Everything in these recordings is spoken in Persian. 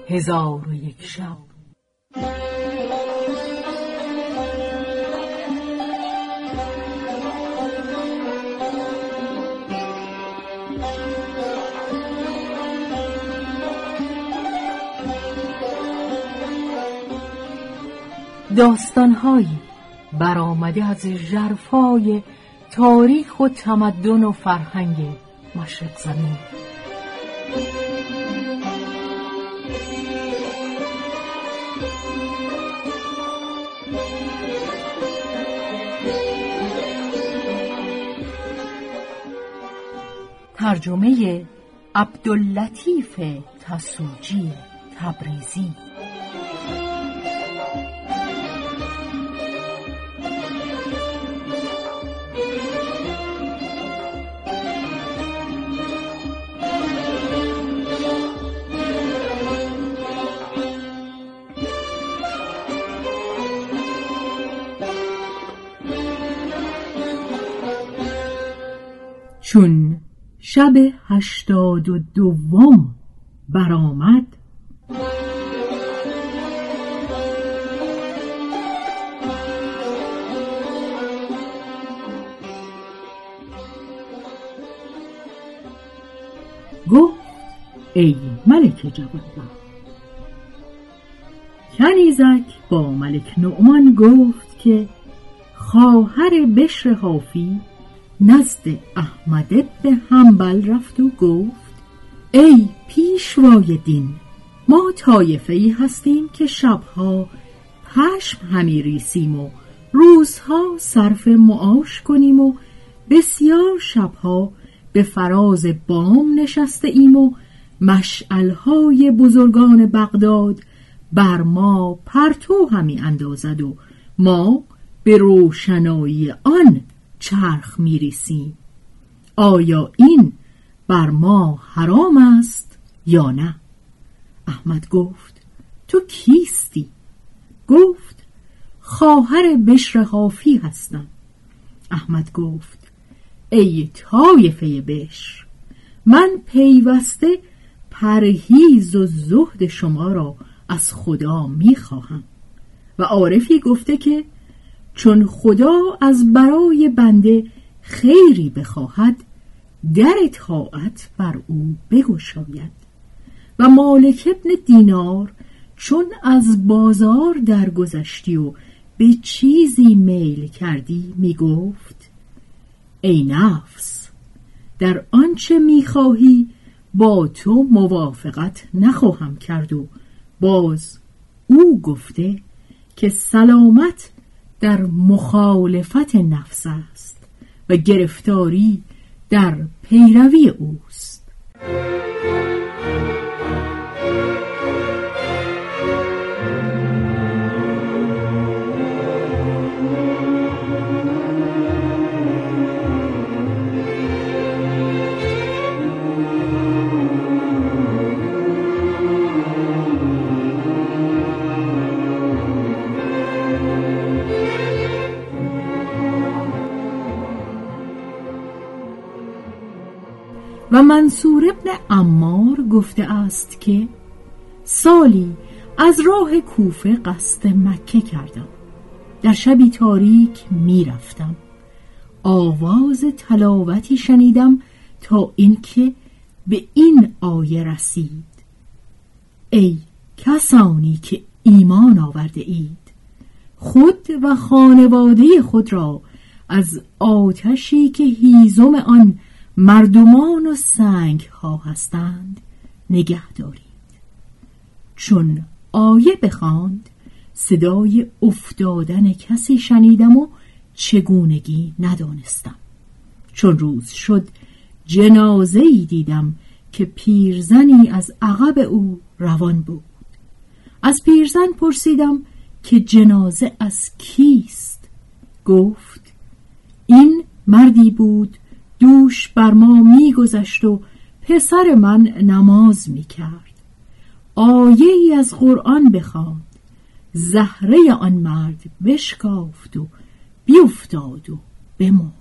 1001 شب. داستان‌هایی برآمده از ژرفای تاریخ و تمدن و فرهنگ مشرق زمین. ترجمه عبداللطیف تسوجی تبریزی. چون شب 82 برآمد، گفت ای ملک جوانبخت. کنیزک با ملک نعمان گفت که خواهر بشر حافی نزد احمد بن حنبل رفت و گفت ای پیشوای دین، ما طایفه‌ای هستیم که شبها پشم همی ریسیم و روزها صرف معاش کنیم و بسیار شبها به فراز بام نشسته ایم و مشعلهای بزرگان بغداد بر ما پرتو همی اندازد و ما به روشنایی آن چرخ میریسیم. آیا این بر ما حرام است یا نه؟ احمد گفت تو کیستی؟ گفت خواهر بشر حافی هستم. احمد گفت ای طایفه بشر، من پیوسته پرهیز و زهد شما را از خدا میخواهم و عارفی گفته که چون خدا از برای بنده خیری بخواهد در طاعت بر او بگشاید. و مالک ابن دینار چون از بازار درگذشتی و به چیزی میل کردی می گفت ای نفس، در آنچه می خواهی با تو موافقت نخواهم کرد. و باز او گفته که سلامت در مخالفت نفس است و گرفتاری در پیروی اوست. و منصور ابن عمار گفته است که سالی از راه کوفه قصد مکه کردم. در شبی تاریک می رفتم. آواز تلاوتی شنیدم تا اینکه به این آیه رسید ای کسانی که ایمان آورده اید، خود و خانواده خود را از آتشی که هیزم آن مردمان و سنگ ها هستند نگه دارید. چون آیه بخواند صدای افتادن کسی شنیدم و چگونگی ندانستم. چون روز شد جنازه‌ای دیدم که پیرزنی از عقب او روان بود. از پیرزن پرسیدم که جنازه از کیست؟ گفت این مردی بود دوش بر ما می‌گذشت و پسر من نماز می‌کرد. آیه‌ای از قرآن بخواند، زهره آن مرد بشکافت و بیفتاد و بمرد.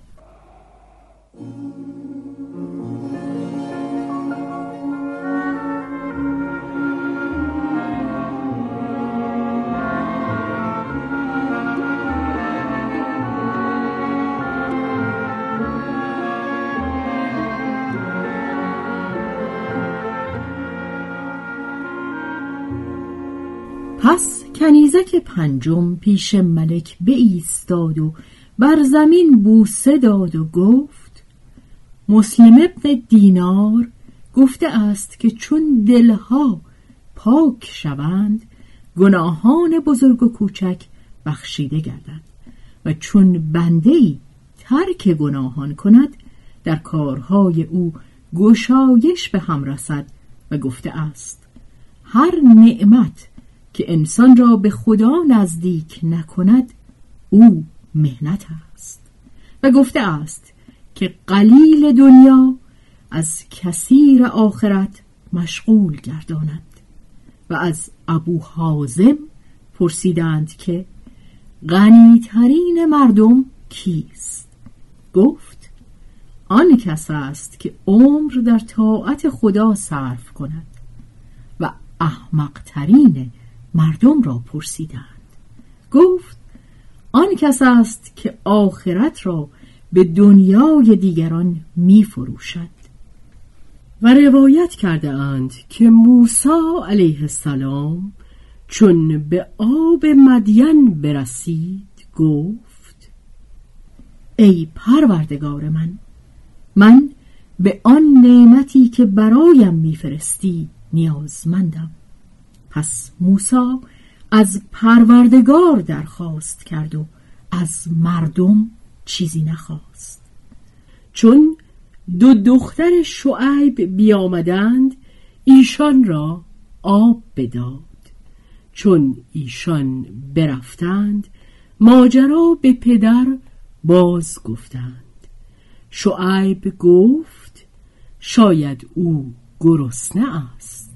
پس کنیزک پنجم پیش ملک بایستاد و بر زمین بوسه داد و گفت: مسلم ابن دینار گفته است که چون دلها پاک شوند گناهان بزرگ و کوچک بخشیده گردد و چون بنده‌ای ترک گناهان کند در کارهای او گشایش به هم رسد و گفته است: هر نعمت که انسان را به خدا نزدیک نکند او مهنت است و گفته است که قلیل دنیا از کثیر آخرت مشغول گرداند. و از ابو حازم پرسیدند که غنی‌ترین مردم کیست؟ گفت: آن کس است که عمر در طاعت خدا صرف کند. و احمق‌ترین مردم را پرسیدند. گفت: آن کس است که آخرت را به دنیای دیگران می فروشد. و روایت کرده اند که موسی علیه السلام چون به آب مدین برسید گفت: ای پروردگار من به آن نعمتی که برایم میفرستی نیازمندم. پس موسی از پروردگار درخواست کرد و از مردم چیزی نخواست. چون دو دختر شعیب بیامدند ایشان را آب بداد. چون ایشان برفتند ماجرا به پدر باز گفتند. شعیب گفت: شاید او گرسنه است.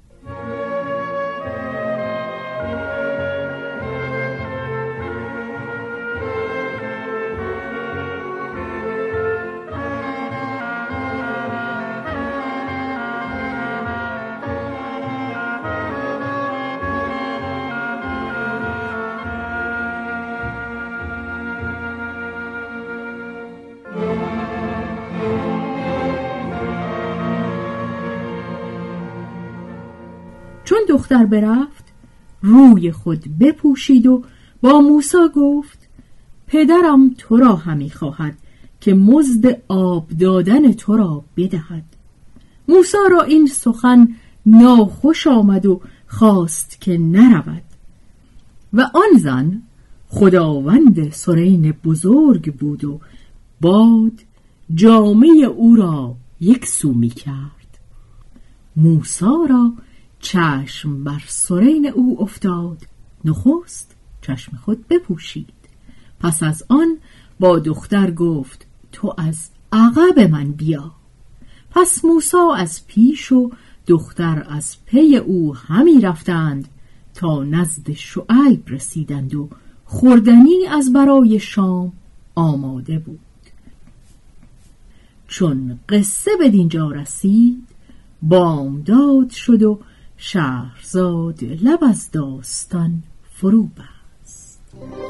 چون دختر برفت روی خود بپوشید و با موسی گفت: پدرم تو را همی خواهد که مزد آب دادن تو را بدهد. موسی را این سخن ناخوش آمد و خواست که نرود. و آن زن خداوند سرین بزرگ بود و باد جامه او را یک سو می کرد. موسی را چشم بر سرین او افتاد. نخست چشم خود بپوشید. پس از آن با دختر گفت: تو از عقب من بیا. پس موسی از پیش و دختر از پی او همی رفتند تا نزد شعیب رسیدند و خوردنی از برای شام آماده بود. چون قصه به دینجا رسید بامداد شد و شهرزاد لب از داستان فرو بست.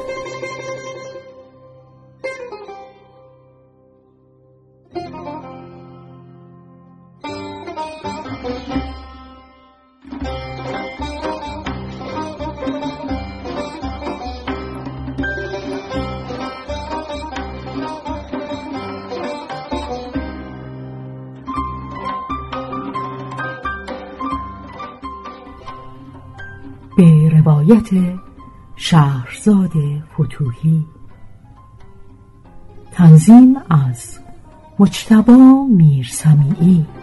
به روایت شهرزاد فتوحی. تنظیم از مجتبی میرسمیعی.